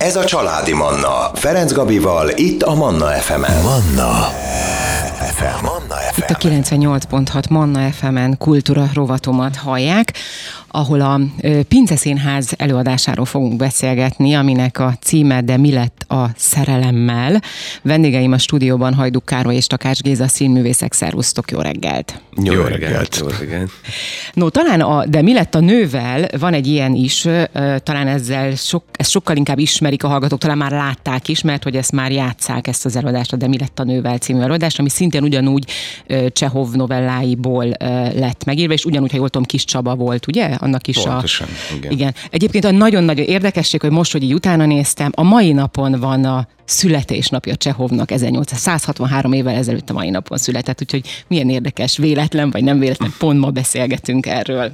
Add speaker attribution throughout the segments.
Speaker 1: Ez a Családi Manna. Ferenc Gabival, itt a Manna FM-en. Manna FM.
Speaker 2: Itt a 98.6 Manna FM-en kultúra rovatomat hallják, ahol a Pince Színház előadásáról fogunk beszélgetni, aminek a címe De mi lett a szerelemmel. Vendégeim a stúdióban Hajduk Károly és Takács Géza színművészek. Szervusztok, jó reggelt!
Speaker 3: Jó reggelt!
Speaker 2: No, talán a De mi lett a nővel van egy ilyen is, talán ezt sokkal inkább ismerik a hallgatók, talán már látták is, mert hogy ezt már játsszák, ezt az előadást, a De mi lett a nővel című előadást, ami szintén ugyanúgy Csehov novelláiból lett megírva, és ugyanúgy, ha jól tudom, Kis Csaba volt, ugye? Annak is
Speaker 3: pontosan,
Speaker 2: igen. Egyébként a nagyon-nagyon érdekesség, hogy most, hogy így utána néztem, a mai napon van a születésnapja Csehovnak, 163 évvel ezelőtt a mai napon született, úgyhogy milyen érdekes, véletlen vagy nem véletlen, pont ma beszélgetünk erről.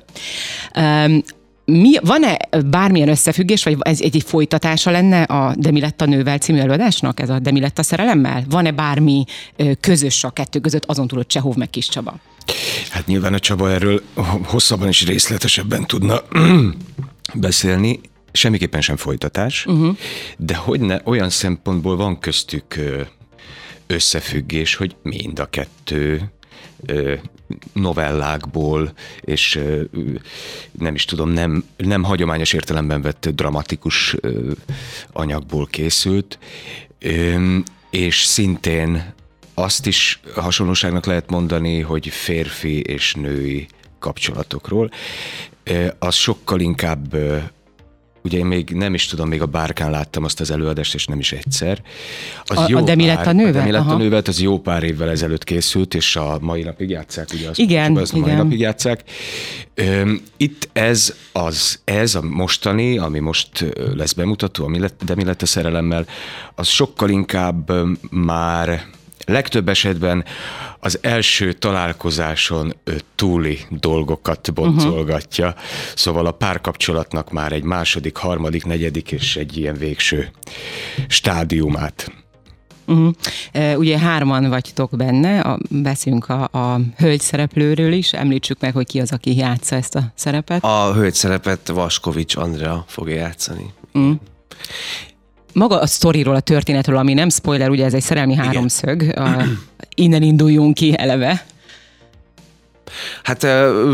Speaker 2: Van-e bármilyen összefüggés, vagy ez egy folytatása lenne a De mi lett a nővel című előadásnak, ez a De mi lett a szerelemmel? Van-e bármi közös a kettő között, azon túl, hogy Csehov meg Kis Csaba?
Speaker 3: Hát nyilván a Csaba erről hosszabban és részletesebben tudna beszélni. Semmiképpen sem folytatás, de hogyne, olyan szempontból van köztük összefüggés, hogy mind a kettő novellákból, és nem is tudom, nem hagyományos értelemben vett dramatikus anyagból készült, és szintén azt is hasonlóságnak lehet mondani, hogy férfi és női kapcsolatokról. Az sokkal inkább, ugye én még nem is tudom, még a Bárkán láttam azt az előadást, és nem is egyszer.
Speaker 2: A De mi lett a nővel?
Speaker 3: A De mi lett a nővel, az jó pár évvel ezelőtt készült, és a mai napig játsszák, ugye azt
Speaker 2: igen,
Speaker 3: mondjuk,
Speaker 2: igen.
Speaker 3: Mai napig játsszák. Itt ez a mostani, ami most lesz bemutató, De mi lett a szerelemmel, az sokkal inkább már legtöbb esetben az első találkozáson túli dolgokat boncolgatja, szóval a párkapcsolatnak már egy második, harmadik, negyedik és egy ilyen végső stádiumát.
Speaker 2: Ugye hárman vagytok benne, beszélünk a hölgy szereplőről is, említsük meg, hogy ki az, aki játsza ezt a szerepet.
Speaker 4: A hölgy szerepet Vaskovics Andrea fogja játszani.
Speaker 2: Maga a sztoriról, a történetről, ami nem spoiler, ugye ez egy szerelmi háromszög, innen induljunk ki eleve.
Speaker 4: Hát,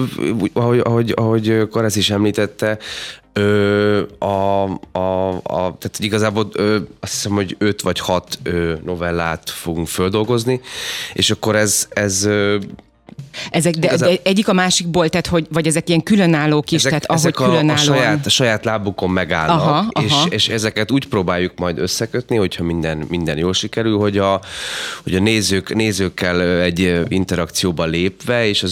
Speaker 4: ahogy Karesz is említette, tehát igazából azt hiszem, hogy 5 vagy 6 novellát fogunk földolgozni, és akkor ez
Speaker 2: ezek, de egyik a másikból, tehát vagy ezek ilyen különállók is, tehát ahogy különállóan...
Speaker 4: a saját lábukon megállnak, és ezeket úgy próbáljuk majd összekötni, hogyha minden jól sikerül, hogy a nézőkkel egy interakcióba lépve, és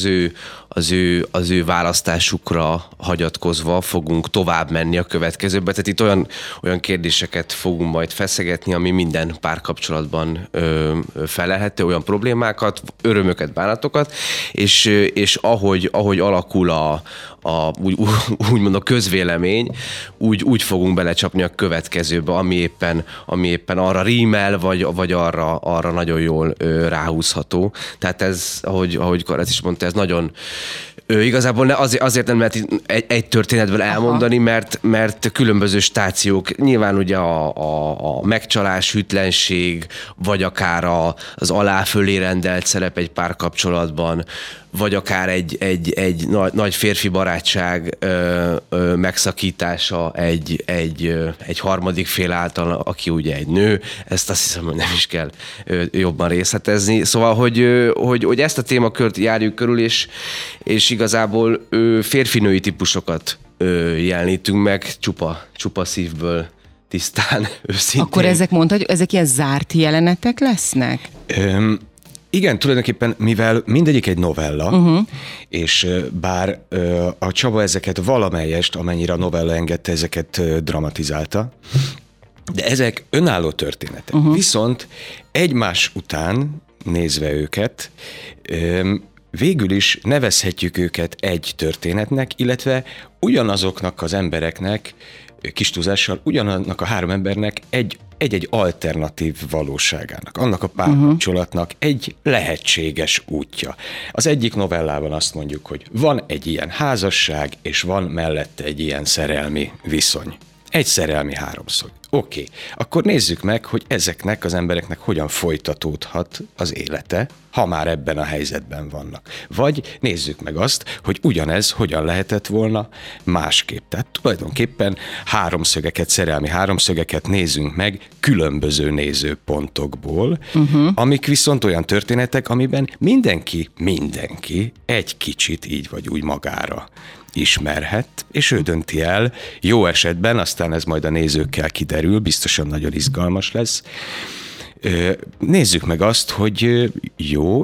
Speaker 4: az ő választásukra hagyatkozva fogunk tovább menni a következőbe. Tehát itt olyan kérdéseket fogunk majd feszegetni, ami minden párkapcsolatban felelhető, olyan problémákat, örömöket, bánatokat, és ahogy alakul úgymond a közvélemény, úgy fogunk belecsapni a következőbe, ami éppen arra rímel, vagy arra nagyon jól ráhúzható. Tehát ez, ahogy Karesz is mondta, ez nagyon igazából azért nem lehet egy történetből elmondani, mert különböző stációk, nyilván ugye a megcsalás, hűtlenség, vagy akár az alá-fölé rendelt szerep egy párkapcsolatban, vagy akár egy nagy férfi barátság megszakítása egy harmadik fél által, aki ugye egy nő, ezt azt hiszem, hogy nem is kell jobban részletezni. Szóval, hogy ezt a témakört járjuk körül, és igazából férfi-női típusokat jelenítünk meg csupa szívből, tisztán, őszintén.
Speaker 2: Akkor ezek ilyen zárt jelenetek lesznek?
Speaker 3: Igen, tulajdonképpen, mivel mindegyik egy novella, és bár a Csaba ezeket valamelyest, amennyire a novella engedte, ezeket dramatizálta, de ezek önálló történetek. Viszont egymás után nézve őket, végül is nevezhetjük őket egy történetnek, illetve ugyanazoknak az embereknek, kis túlzással, ugyanannak a három embernek egy alternatív valóságának, annak a párkapcsolatnak egy lehetséges útja. Az egyik novellában azt mondjuk, hogy van egy ilyen házasság, és van mellette egy ilyen szerelmi viszony. Egy szerelmi háromszög. Oké. Akkor nézzük meg, hogy ezeknek az embereknek hogyan folytatódhat az élete, ha már ebben a helyzetben vannak. Vagy nézzük meg azt, hogy ugyanez hogyan lehetett volna másképp. Tehát tulajdonképpen szerelmi háromszögeket nézzünk meg különböző nézőpontokból, amik viszont olyan történetek, amiben mindenki egy kicsit így vagy úgy magára ismerhet, és ő dönti el, jó esetben, aztán ez majd a nézőkkel kiderül, biztosan nagyon izgalmas lesz. Nézzük meg azt, hogy jó,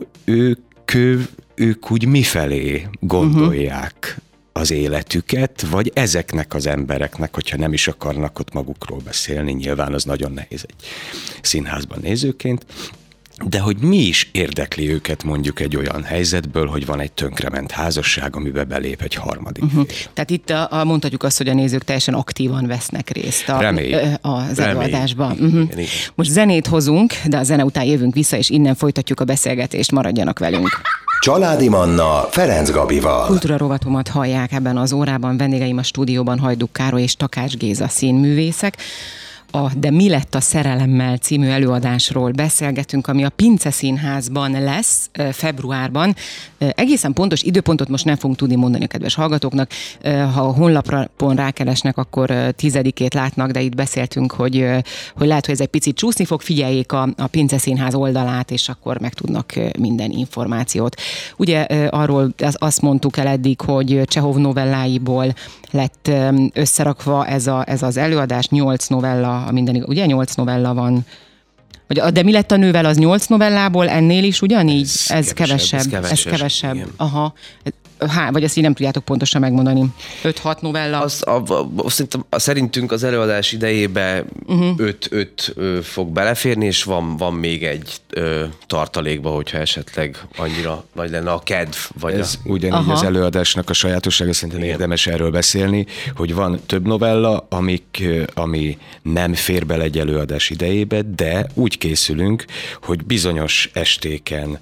Speaker 3: ők úgy mifelé gondolják az életüket, vagy ezeknek az embereknek, hogyha nem is akarnak ott magukról beszélni, nyilván az nagyon nehéz egy színházban nézőként, de hogy mi is érdekli őket mondjuk egy olyan helyzetből, hogy van egy tönkrement házasság, amiben belép egy harmadik.
Speaker 2: Tehát itt mondhatjuk azt, hogy a nézők teljesen aktívan vesznek részt az előadásban.
Speaker 4: Igen.
Speaker 2: Most zenét hozunk, de a zene után jövünk vissza, és innen folytatjuk a beszélgetést, maradjanak velünk.
Speaker 1: Családi Manna Ferenc Gabival.
Speaker 2: Kultúra rovatomat hallják ebben az órában, vendégeim a stúdióban Hajduk Károly és Takács Géza színművészek. De mi lett a szerelemmel című előadásról beszélgetünk, ami a Pince Színházban lesz februárban. Egészen pontos időpontot most nem fogunk tudni mondani a kedves hallgatóknak. Ha a honlapon rákeresnek, akkor 10-ét látnak, de itt beszéltünk, hogy lehet, hogy ez egy picit csúszni fog. Figyeljék a Pince Színház oldalát, és akkor megtudnak minden információt. Ugye arról azt mondtuk el eddig, hogy Csehov novelláiból lett összerakva ez az előadás, 8 novella, ugye 8 novella van. De mi lett a nővel, az 8 novellából, ennél is ugyanígy? Ez kevesebb. Aha. Vagy ezt így nem tudjátok pontosan megmondani. 5-6 novella?
Speaker 4: Szerintünk az előadás idejében 5 fog beleférni, és van még egy tartalékba, hogyha esetleg annyira nagy lenne a kedv. Vagy
Speaker 3: ez ugyanígy az előadásnak a sajátossága, szerintem érdemes erről beszélni, hogy van több novella, ami nem fér bele egy előadás idejébe, de úgy készülünk, hogy bizonyos estéken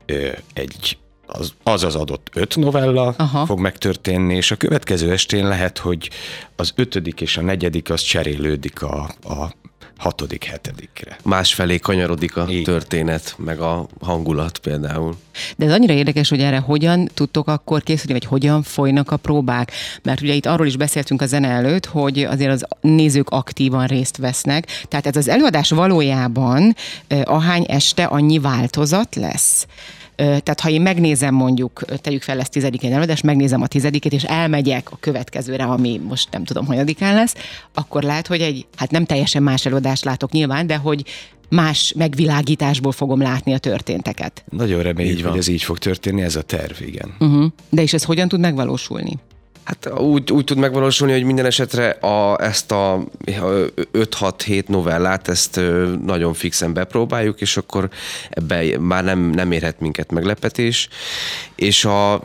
Speaker 3: az adott 5 novella fog megtörténni, és a következő estén lehet, hogy az 5. és a 4. az cserélődik a 6., 7.
Speaker 4: Másfelé kanyarodik a történet, meg a hangulat például.
Speaker 2: De ez annyira érdekes, hogy erre hogyan tudtok akkor készülni, vagy hogyan folynak a próbák? Mert ugye itt arról is beszéltünk a zene előtt, hogy azért az nézők aktívan részt vesznek. Tehát ez az előadás valójában ahány este annyi változat lesz? Tehát ha én megnézem mondjuk, tegyük fel lesz 10-én előadás, megnézem a 10-ét, és elmegyek a következőre, ami most nem tudom, hanyadikán lesz, akkor lehet, hogy nem teljesen más előadást látok nyilván, de hogy más megvilágításból fogom látni a történteket.
Speaker 3: Nagyon reméljük, hogy ez így fog történni, ez a terv, igen.
Speaker 2: De és ez hogyan tud megvalósulni?
Speaker 4: Hát úgy tud megvalósulni, hogy minden esetre ezt a 5-6-7 novellát, ezt nagyon fixen bepróbáljuk, és akkor ebben már nem érhet minket meglepetés, és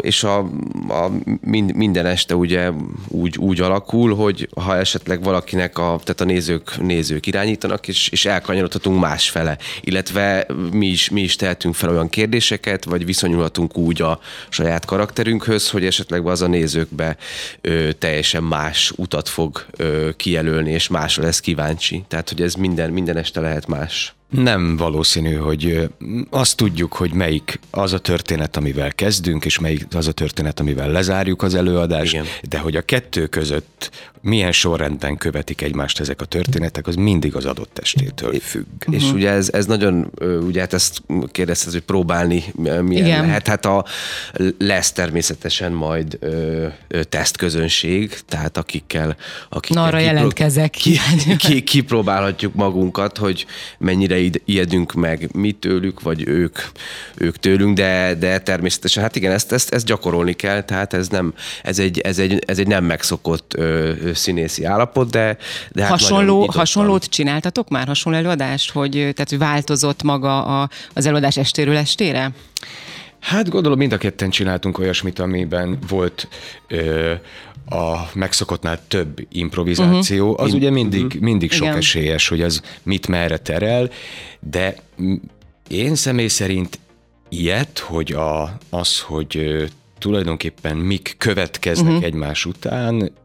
Speaker 4: minden este ugye úgy alakul, hogy ha esetleg valakinek tehát a nézők irányítanak, és elkanyarodhatunk másfele, illetve mi is tehetünk fel olyan kérdéseket, vagy viszonyulhatunk úgy a saját karakterünkhöz, hogy esetleg az a nézőkbe teljesen más utat fog kijelölni, és másra lesz kíváncsi. Tehát, hogy ez minden este lehet más.
Speaker 3: Nem valószínű, hogy azt tudjuk, hogy melyik az a történet, amivel kezdünk, és melyik az a történet, amivel lezárjuk az előadást, igen. De hogy a kettő között milyen sorrendben követik egymást ezek a történetek, az mindig az adott estétől függ.
Speaker 4: És ugye ez nagyon, ugye hát ezt kérdezted, hogy próbálni milyen igen. lehet. Hát lesz természetesen majd tesztközönség, tehát akikkel
Speaker 2: arra jelentkezek.
Speaker 4: Kipróbálhatjuk magunkat, hogy mennyire ijedünk meg mi tőlük, vagy ők tőlünk, de természetesen, hát igen, ezt gyakorolni kell, tehát ez egy nem megszokott színészi állapot, de hát
Speaker 2: hasonlót csináltatok már? Hasonló előadást, hogy változott maga az előadás estéről estére?
Speaker 3: Hát gondolom mind a ketten csináltunk olyasmit, amiben volt a megszokottnál több improvizáció. Az ugye mindig sok igen. esélyes, hogy az mit merre terel, de én személy szerint ilyet, hogy hogy tulajdonképpen mik következnek egymás után,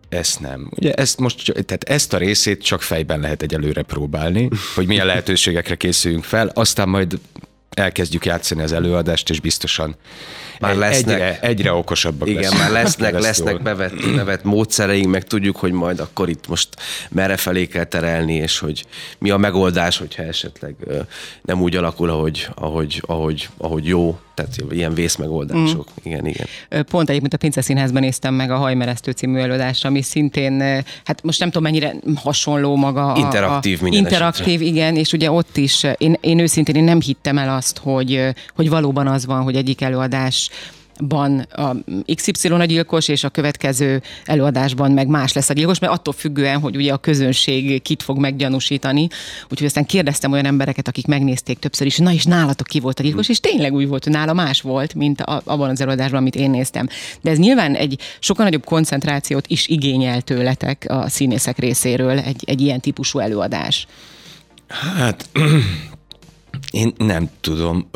Speaker 3: Ezt nem. Ugye tehát ezt a részét csak fejben lehet egyelőre próbálni, hogy milyen lehetőségekre készüljünk fel, aztán majd elkezdjük játszani az előadást, és biztosan már lesznek, egyre okosabbak
Speaker 4: igen,
Speaker 3: lesznek.
Speaker 4: Már lesznek bevett módszereink, meg tudjuk, hogy majd akkor itt most merre felé kell terelni, és hogy mi a megoldás, hogyha esetleg nem úgy alakul, ahogy jó, tehát ilyen vészmegoldások. Igen.
Speaker 2: Pont egyébként a Pince Színházban néztem meg a Hajmeresztő című előadást, ami szintén, hát most nem tudom mennyire hasonló maga.
Speaker 4: Interaktív minden
Speaker 2: interaktív,
Speaker 4: esetre.
Speaker 2: igen, és ugye ott is én őszintén nem hittem el azt, hogy valóban az van, hogy egyik előadásban a XY a gyilkos, és a következő előadásban meg más lesz a gyilkos, mert attól függően, hogy ugye a közönség kit fog meggyanúsítani. Úgyhogy aztán kérdeztem olyan embereket, akik megnézték többször is, na és nálatok ki volt a gyilkos, és tényleg úgy volt, hogy nála más volt, mint abban az előadásban, amit én néztem. De ez nyilván egy sokkal nagyobb koncentrációt is igényel tőletek a színészek részéről egy ilyen típusú előadás.
Speaker 3: Hát én nem tudom,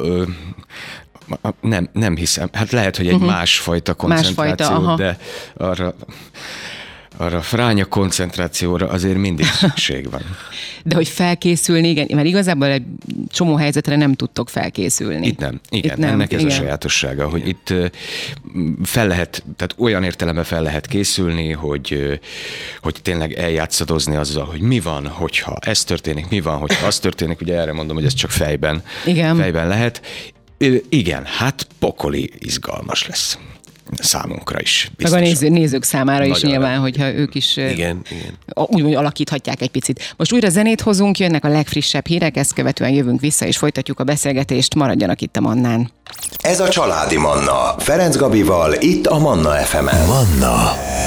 Speaker 3: nem hiszem. Hát lehet, hogy egy másfajta koncentráció, de arra fránya koncentrációra azért mindig szükség van.
Speaker 2: De hogy felkészülni, igen, mert igazából egy csomó helyzetre nem tudtok felkészülni.
Speaker 3: Itt nem. Igen, ennek ez a sajátossága, hogy itt tehát olyan értelemben fel lehet készülni, hogy tényleg eljátszadozni azzal, hogy mi van, hogyha ez történik, mi van, hogyha az történik, ugye erre mondom, hogy ez csak fejben lehet. Igen, hát pokoli izgalmas lesz. Számunkra is.
Speaker 2: Biztosan. Meg a nézők számára is nyilván, hogyha ők is úgy alakíthatják egy picit. Most újra zenét hozunk, jönnek a legfrissebb hírek, ezt követően jövünk vissza, és folytatjuk a beszélgetést. Maradjanak itt a Mannán.
Speaker 1: Ez a Családi Manna. Ferenc Gabival, itt a Manna FM-en. Manna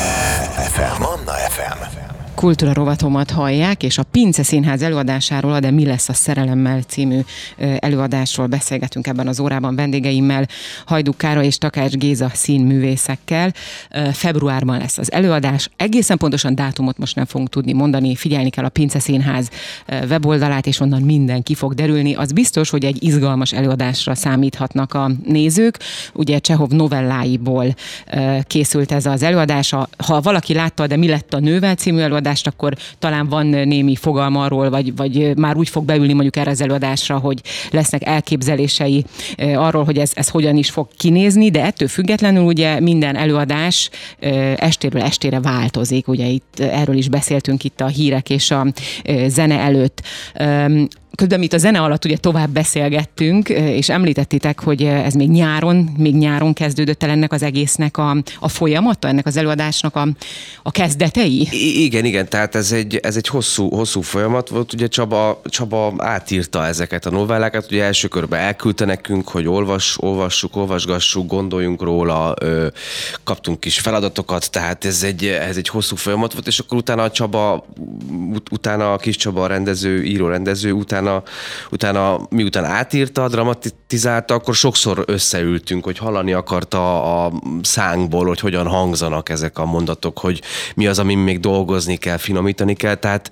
Speaker 1: FM.
Speaker 2: Kultúra rovatomat hallják, és a Pince Színház előadásáról, de Mi lesz a szerelemmel című előadásról beszélgetünk ebben az órában vendégeimmel, Hajduk Károly és Takács Géza színművészekkel. Februárban lesz az előadás. Egészen pontosan dátumot most nem fogunk tudni mondani, figyelni kell a Pince Színház weboldalát, és onnan minden ki fog derülni. Az biztos, hogy egy izgalmas előadásra számíthatnak a nézők. Ugye Csehov novelláiból készült ez az előadás. Ha valaki látta, de Mi lett a nővel című előadás, akkor talán van némi fogalma arról, vagy már úgy fog beülni mondjuk erre az előadásra, hogy lesznek elképzelései arról, hogy ez hogyan is fog kinézni, de ettől függetlenül ugye minden előadás estéről estére változik. Ugye itt erről is beszéltünk itt a hírek és a zene előtt. Közben itt a zene alatt ugye tovább beszélgettünk, és említettitek, hogy ez még nyáron kezdődött el ennek az egésznek a folyamata, ennek az előadásnak a kezdetei?
Speaker 4: Igen, tehát ez egy hosszú folyamat volt. Ugye Csaba átírta ezeket a novellákat, ugye első körben elküldte nekünk, hogy olvasgassuk, gondoljunk róla, kaptunk kis feladatokat, tehát ez egy hosszú folyamat volt, és akkor utána a kis Csaba író-rendező, utána miután átírta, dramatizálta, akkor sokszor összeültünk, hogy hallani akarta a szánkból, hogy hogyan hangzanak ezek a mondatok, hogy mi az, amin még dolgozni kell, finomítani kell, tehát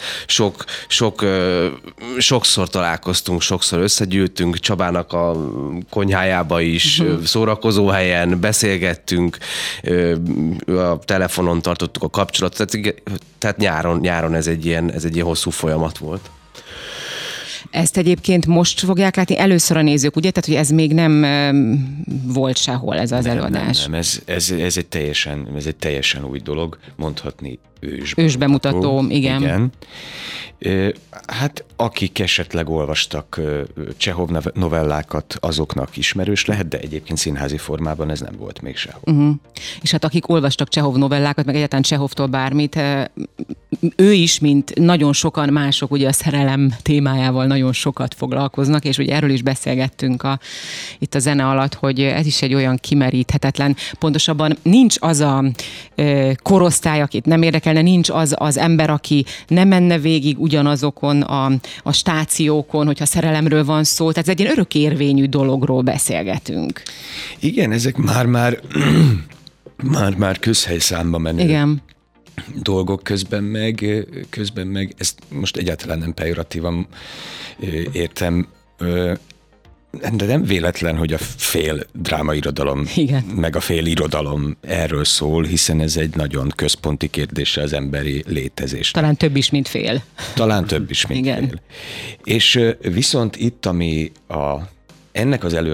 Speaker 4: sokszor találkoztunk, sokszor összegyűltünk, Csabának a konyhájába is, szórakozó helyen beszélgettünk, a telefonon tartottuk a kapcsolatot, tehát nyáron ez egy ilyen hosszú folyamat volt.
Speaker 2: Ezt egyébként most fogják látni először a nézők, ugye? Tehát, hogy ez még nem volt sehol ez az előadás.
Speaker 3: Nem. Ez egy teljesen új dolog, mondhatni
Speaker 2: ősbemutató, igen.
Speaker 3: Hát akik esetleg olvastak Csehov novellákat, azoknak ismerős lehet, de egyébként színházi formában ez nem volt még sehol.
Speaker 2: És hát akik olvastak Csehov novellákat, meg egyáltalán Csehovtól bármit, ő is, mint nagyon sokan mások, ugye a szerelem témájával nagyon sokat foglalkoznak, és ugye erről is beszélgettünk itt a zene alatt, hogy ez is egy olyan kimeríthetetlen, pontosabban nincs az a korosztály, akit nem érdekelne, nincs az ember, aki nem menne végig ugyanazokon a stációkon, hogyha szerelemről van szó, tehát ez egy ilyen örökérvényű dologról beszélgetünk.
Speaker 3: Igen, ezek már közhelyszámba menő dolgok, közben meg ezt most egyáltalán nem pejoratívan értem, De nem véletlen, hogy a fél drámairodalom, meg a fél irodalom erről szól, hiszen ez egy nagyon központi kérdése az emberi létezésnek.
Speaker 2: Talán több is, mint fél.
Speaker 3: Talán több is, mint fél. És viszont itt, ami ennek az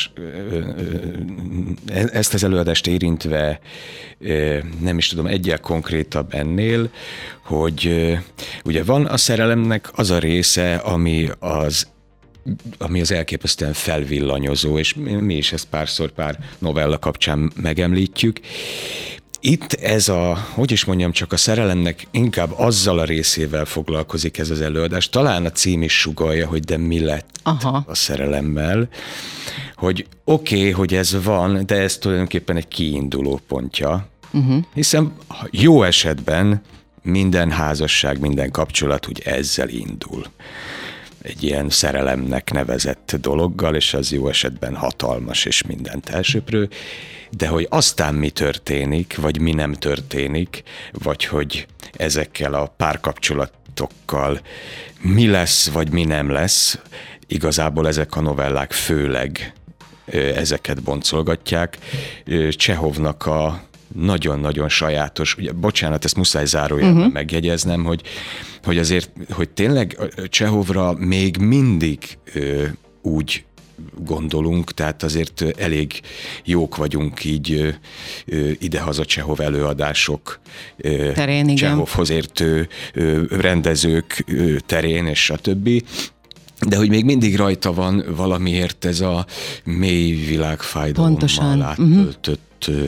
Speaker 3: ezt az előadást érintve, nem is tudom, egyel konkrétabb ennél, hogy ugye van a szerelemnek az a része, ami az elképesztően felvillanyozó, és mi is ezt pár novella kapcsán megemlítjük. Itt ez csak a szerelemnek inkább azzal a részével foglalkozik ez az előadás. Talán a cím is sugallja, hogy de mi lett a szerelemmel. Hogy oké, hogy ez van, de ez tulajdonképpen egy kiinduló pontja. Hiszen jó esetben minden házasság, minden kapcsolat úgy ezzel indul. Egy ilyen szerelemnek nevezett dologgal, és az jó esetben hatalmas és mindent elsöprő, de hogy aztán mi történik, vagy mi nem történik, vagy hogy ezekkel a párkapcsolatokkal mi lesz, vagy mi nem lesz, igazából ezek a novellák főleg ezeket boncolgatják. Csehovnak a nagyon-nagyon sajátos, ugye, bocsánat, ezt muszáj zárójelben megjegyeznem, hogy azért, hogy tényleg Csehovra még mindig úgy gondolunk, tehát azért elég jók vagyunk így idehaza Csehov előadások terén, Csehovhoz értő rendezők terén, és a többi. De hogy még mindig rajta van valamiért ez a mély világfájdalommal áttöltött,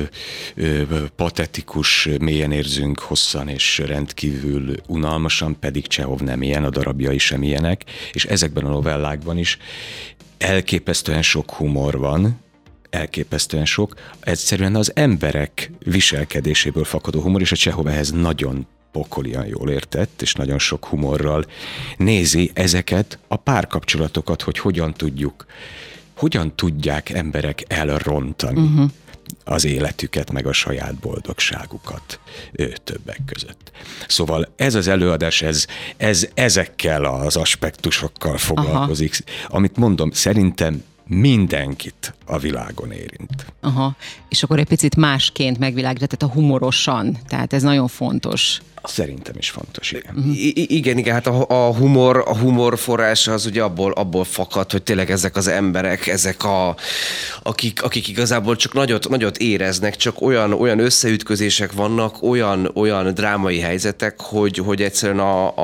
Speaker 3: patetikus, mélyen érzünk hosszan és rendkívül unalmasan, pedig Csehov nem ilyen, a darabjai sem ilyenek, és ezekben a novellákban is elképesztően sok humor van, elképesztően sok, egyszerűen az emberek viselkedéséből fakadó humor, és a Csehov ehhez nagyon pokolian jól értett, és nagyon sok humorral nézi ezeket a párkapcsolatokat, hogy hogyan tudják emberek elrontani az életüket, meg a saját boldogságukat többek között. Szóval ez az előadás, ez ezekkel az aspektusokkal foglalkozik, amit mondom, szerintem mindenkit a világon érint.
Speaker 2: És akkor egy picit másként megvilágítani, tehát a humorosan, tehát ez nagyon fontos.
Speaker 3: Szerintem is fontos, igen.
Speaker 4: Igen, hát a humor forrása az ugye abból fakad, hogy tényleg ezek az emberek, akik igazából csak nagyot éreznek, csak olyan összeütközések vannak, olyan drámai helyzetek, hogy egyszerűen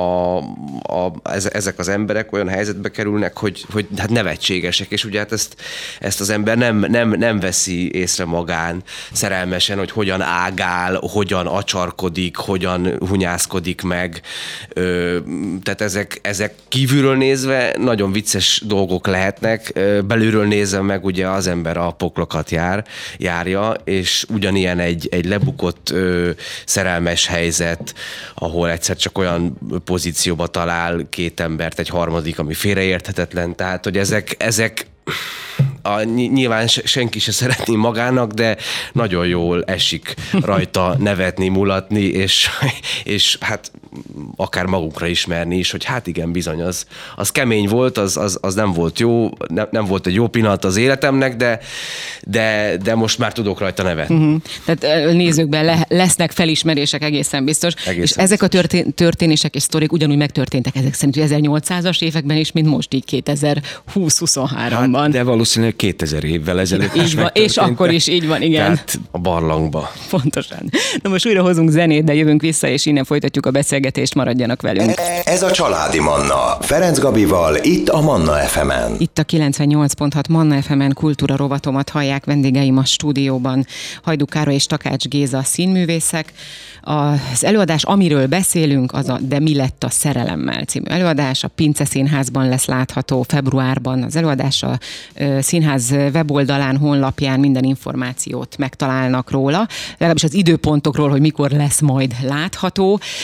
Speaker 4: ezek az emberek olyan helyzetbe kerülnek, hogy hát nevetségesek, és ugye hát ezt az ember nem veszi észre magán szerelmesen, hogy hogyan ágál, hogyan acsarkodik, hogyan hunyászkodik meg. Tehát ezek kívülről nézve nagyon vicces dolgok lehetnek, belülről nézve meg ugye az ember a poklokat járja, és ugyanilyen egy lebukott szerelmes helyzet, ahol egyszer csak olyan pozícióba talál két embert, egy harmadik, ami félreérthetetlen, tehát hogy ezek nyilván senki se szeretné magának, de nagyon jól esik rajta nevetni, mulatni, és hát akár magunkra ismerni is, hogy hát igen, bizony, az kemény volt, az nem volt jó, nem volt egy jó pillanat az életemnek, de most már tudok rajta nevetni.
Speaker 2: Tehát nézőkben lesznek felismerések egészen biztos. És ezek a történések és sztorik ugyanúgy megtörténtek ezek szerint 1800-as években is, mint most így 2020-23-ban.
Speaker 3: Hát, de valószínűleg 2000 évvel ezelőtt is
Speaker 2: és akkor is így van, igen.
Speaker 3: Tehát
Speaker 4: a barlangba.
Speaker 2: Pontosan. Na most újra hozunk zenét, de jövünk vissza, és innen folytatjuk a beszélgetést, maradjanak velünk.
Speaker 1: Ez a Családi Manna. Ferenc Gabival, itt a Manna FM-en.
Speaker 2: Itt a 98.6 Manna FM-en kultúra rovatomat hallják, vendégeim a stúdióban Hajdú Károly és Takács Géza színművészek. Az előadás, amiről beszélünk, az a De mi lett a szerelemmel című előadás. A Pince Színházban lesz látható februárban. Az előadás a színház weboldalán, honlapján minden információt megtalálnak róla, legalábbis az időpontokról, hogy mikor lesz majd látható. Az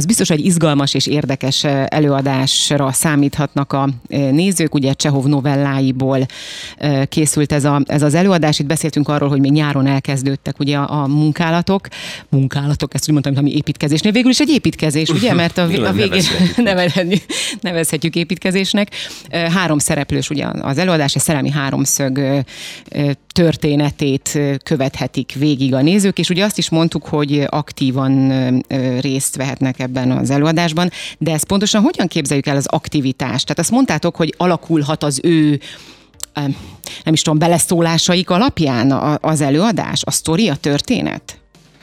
Speaker 2: az biztos, hogy izgalmas és érdekes előadásra számíthatnak a nézők. Ugye Csehov novelláiból készült ez az előadás. Itt beszéltünk arról, hogy még nyáron elkezdődtek ugye a munkálatok, ezt úgy mondtam, ami építkezésnél. Végül is egy építkezés, ugye? Mert a végén nevezhetjük építkezésnek. 3 szereplős ugye az előadás, a szerelmi háromszög történetét követhetik végig a nézők, és ugye azt is mondtuk, hogy aktívan részt vehetnek ebben az előadásban, de ezt pontosan hogyan képzeljük el az aktivitást? Tehát azt mondtátok, hogy alakulhat az ő nem is tudom, beleszólásaik alapján az előadás, a sztori, a történet?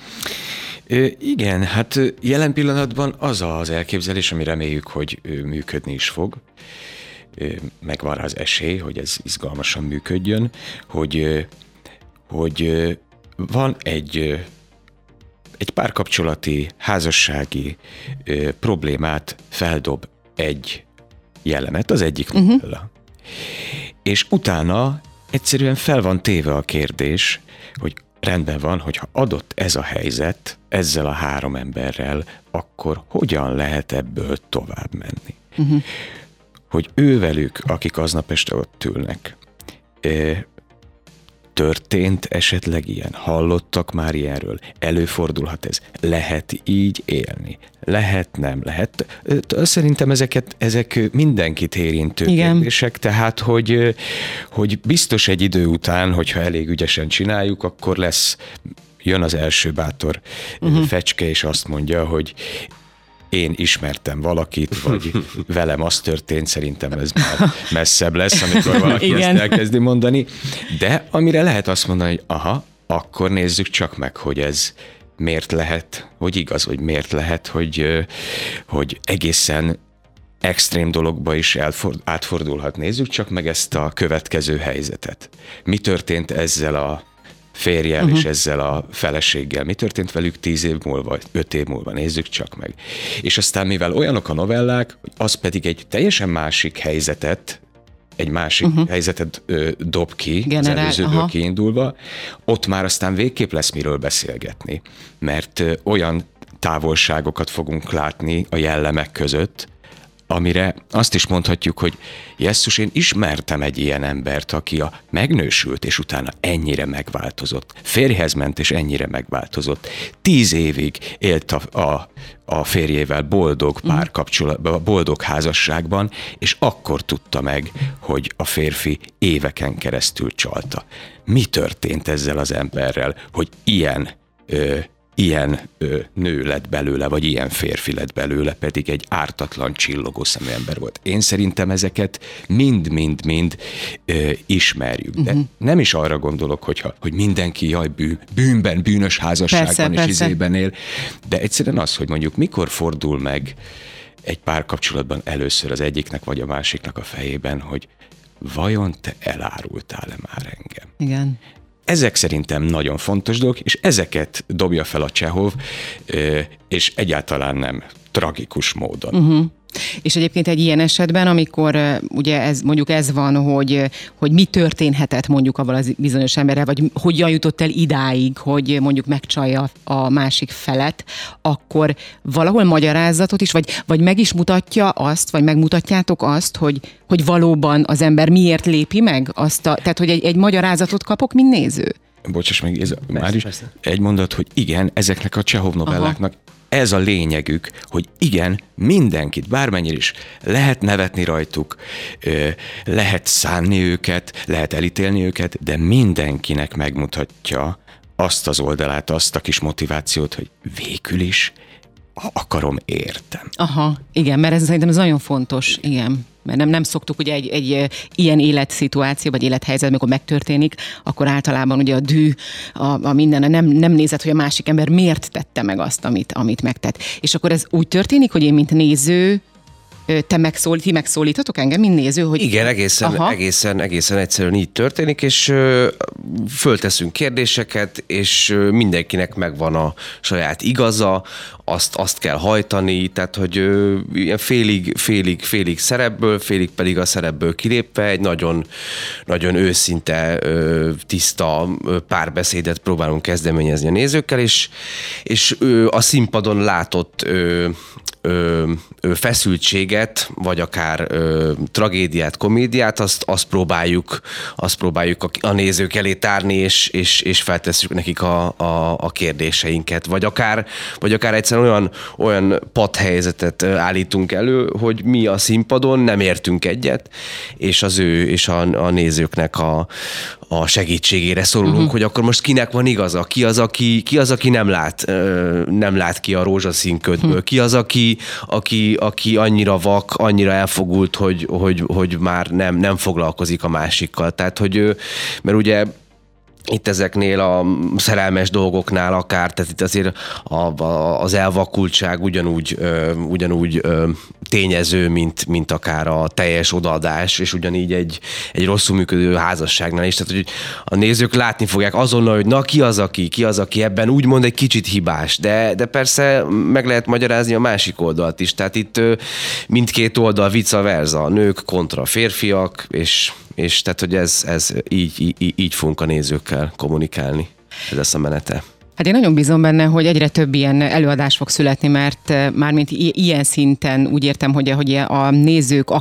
Speaker 3: Igen, hát jelen pillanatban az az elképzelés, ami reméljük, hogy működni is fog. Megvan rá az esély, hogy ez izgalmasan működjön, hogy van egy párkapcsolati, házassági problémát feldob egy jellemet, az egyik novella. És utána egyszerűen fel van téve a kérdés, hogy rendben van, hogyha adott ez a helyzet ezzel a 3 emberrel, akkor hogyan lehet ebből tovább menni? Hogy ővelük, akik aznap este ott ülnek, történt esetleg ilyen? Hallottak már ilyenről? Előfordulhat ez? Lehet így élni? Lehet, nem lehet? Szerintem ezek mindenkit érintő kérdések, tehát hogy biztos egy idő után, hogyha elég ügyesen csináljuk, akkor jön az első bátor fecske, és azt mondja, hogy én ismertem valakit, vagy velem az történt, szerintem ez már messzebb lesz, amikor valaki ezt elkezdi mondani. De amire lehet azt mondani, hogy akkor nézzük csak meg, hogy ez miért lehet, hogy igaz, hogy miért lehet, hogy egészen extrém dologba is átfordulhat. Nézzük csak meg ezt a következő helyzetet. Mi történt ezzel a férjel és ezzel a feleséggel? Mi történt velük 10 év múlva, 5 év múlva? Nézzük csak meg. És aztán, mivel olyanok a novellák, az pedig egy teljesen másik helyzetet, dob ki, az előzőből kiindulva, ott már aztán végképp lesz miről beszélgetni. Mert olyan távolságokat fogunk látni a jellemek között, amire azt is mondhatjuk, hogy jesszus, én ismertem egy ilyen embert, aki megnősült, és utána ennyire megváltozott. Férjhez ment, és ennyire megváltozott. 10 évig élt a férjével boldog párkapcsolatban, boldog házasságban, és akkor tudta meg, hogy a férfi éveken keresztül csalta. Mi történt ezzel az emberrel, hogy ilyen nő lett belőle, vagy ilyen férfi lett belőle, pedig egy ártatlan, csillogó szemű ember volt. Én szerintem ezeket mind ismerjük. De nem is arra gondolok, hogy mindenki bűnös házasságban és izében él, de egyszerűen az, hogy mondjuk mikor fordul meg egy párkapcsolatban először az egyiknek vagy a másiknak a fejében, hogy vajon te elárultál-e már engem?
Speaker 2: Igen.
Speaker 3: Ezek szerintem nagyon fontos dolgok, és ezeket dobja fel a Csehov, és egyáltalán nem tragikus módon.
Speaker 2: És egyébként egy ilyen esetben, amikor ugye ez van, hogy mi történhetett mondjuk avval az bizonyos emberrel, vagy hogyan jutott el idáig, hogy mondjuk megcsalja a másik felet, akkor valahol magyarázatot is, vagy meg is mutatja azt, vagy megmutatjátok azt, hogy valóban az ember miért lépi meg azt tehát hogy egy magyarázatot kapok, mint néző?
Speaker 3: Bocsáss meg, már is egy mondat, hogy igen, ezeknek a Csehov novelláknak ez a lényegük, hogy igen, mindenkit, bármennyire is lehet nevetni rajtuk, lehet szánni őket, lehet elítélni őket, de mindenkinek megmutatja azt az oldalát, azt a kis motivációt, hogy végül is akarom, értem.
Speaker 2: Igen, mert ez szerintem nagyon fontos, igen. Mert nem szoktuk ugye egy ilyen életszituáció, vagy élethelyzet, amikor megtörténik, akkor általában ugye a dű, a minden, nem nézed, hogy a másik ember miért tette meg azt, amit megtett. És akkor ez úgy történik, hogy én, mint néző, ti megszólítatok engem, mint néző, hogy...
Speaker 4: Igen, egészen egyszerűen így történik, és fölteszünk kérdéseket, és mindenkinek megvan a saját igaza, azt kell hajtani, tehát hogy ilyen félig szerepből, félig pedig a szerepből kilépve egy nagyon, nagyon őszinte, tiszta párbeszédet próbálunk kezdeményezni a nézőkkel, és a színpadon látott feszültséget, vagy akár tragédiát, komédiát, azt próbáljuk a nézők elé tárni, és feltesszük nekik a kérdéseinket. Vagy akár egyszerűen olyan padhelyzetet állítunk elő, hogy mi a színpadon nem értünk egyet, és az ő és a nézőknek a segítségére szorulunk, hogy akkor most kinek van igaza, ki az, aki nem lát ki a rózsaszín ködből, ki az, aki annyira vak, annyira elfogult, hogy már nem foglalkozik a másikkal. Tehát, hogy mert ugye itt ezeknél a szerelmes dolgoknál akár, tehát itt azért az elvakultság ugyanúgy tényező, mint akár a teljes odaadás, és ugyanígy egy rosszul működő házasságnál is. Tehát, hogy a nézők látni fogják azonnal, hogy na ki az, aki ebben úgymond egy kicsit hibás, de persze meg lehet magyarázni a másik oldalt is. Tehát itt mindkét oldal vice versa, nők kontra férfiak, és tehát, hogy ez így fogunk a nézőkkel kommunikálni. Ez lesz a menete.
Speaker 2: Hát én nagyon bízom benne, hogy egyre több ilyen előadás fog születni, mert mármint ilyen szinten úgy értem, hogy a nézők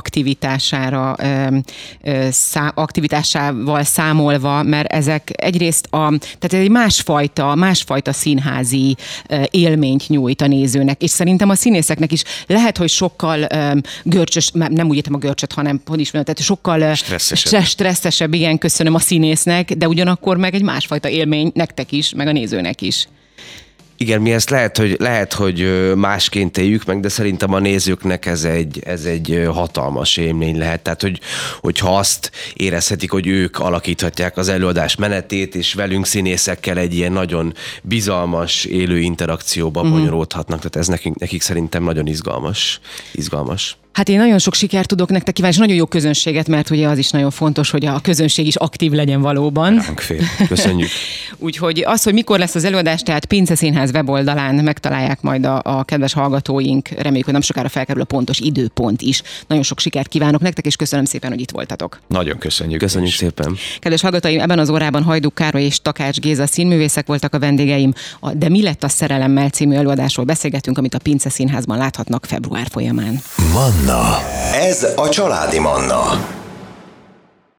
Speaker 2: aktivitásával számolva, mert ezek egyrészt tehát egy másfajta színházi élményt nyújt a nézőnek, és szerintem a színészeknek is lehet, hogy sokkal görcsös, nem úgy értem a görcsöt, hanem hogy is mondjam, tehát sokkal stresszesebb, igen, köszönöm a színésznek, de ugyanakkor meg egy másfajta élmény nektek is, meg a nézőnek is.
Speaker 4: Igen, mi ezt lehet, hogy másként éljük meg, de szerintem a nézőknek ez egy hatalmas élmény lehet. Tehát, hogyha azt érezhetik, hogy ők alakíthatják az előadás menetét, és velünk színészekkel egy ilyen nagyon bizalmas, élő interakcióba bonyolódhatnak. Tehát ez nekik szerintem nagyon izgalmas.
Speaker 2: Hát én nagyon sok sikert tudok nektek kívánni, és nagyon jó közönséget, mert ugye az is nagyon fontos, hogy a közönség is aktív legyen valóban.
Speaker 4: Köszönjük.
Speaker 2: Úgyhogy az, hogy mikor lesz az előadás, tehát Pince Színház weboldalán megtalálják majd a kedves hallgatóink. Reméljük, hogy nem sokára felkerül a pontos időpont is. Nagyon sok sikert kívánok nektek, és köszönöm szépen, hogy itt voltatok.
Speaker 3: Nagyon köszönjük.
Speaker 4: Köszönjük szépen.
Speaker 2: Kedves hallgatóim, ebben az órában Hajdú Károly és Takács Géza színművészek voltak a vendégeim. A De mi lett a szerelemmel című előadásról beszélgetünk, amit a Pince Színházban láthatnak február folyamán.
Speaker 1: Manna. Ez a Családi Manna.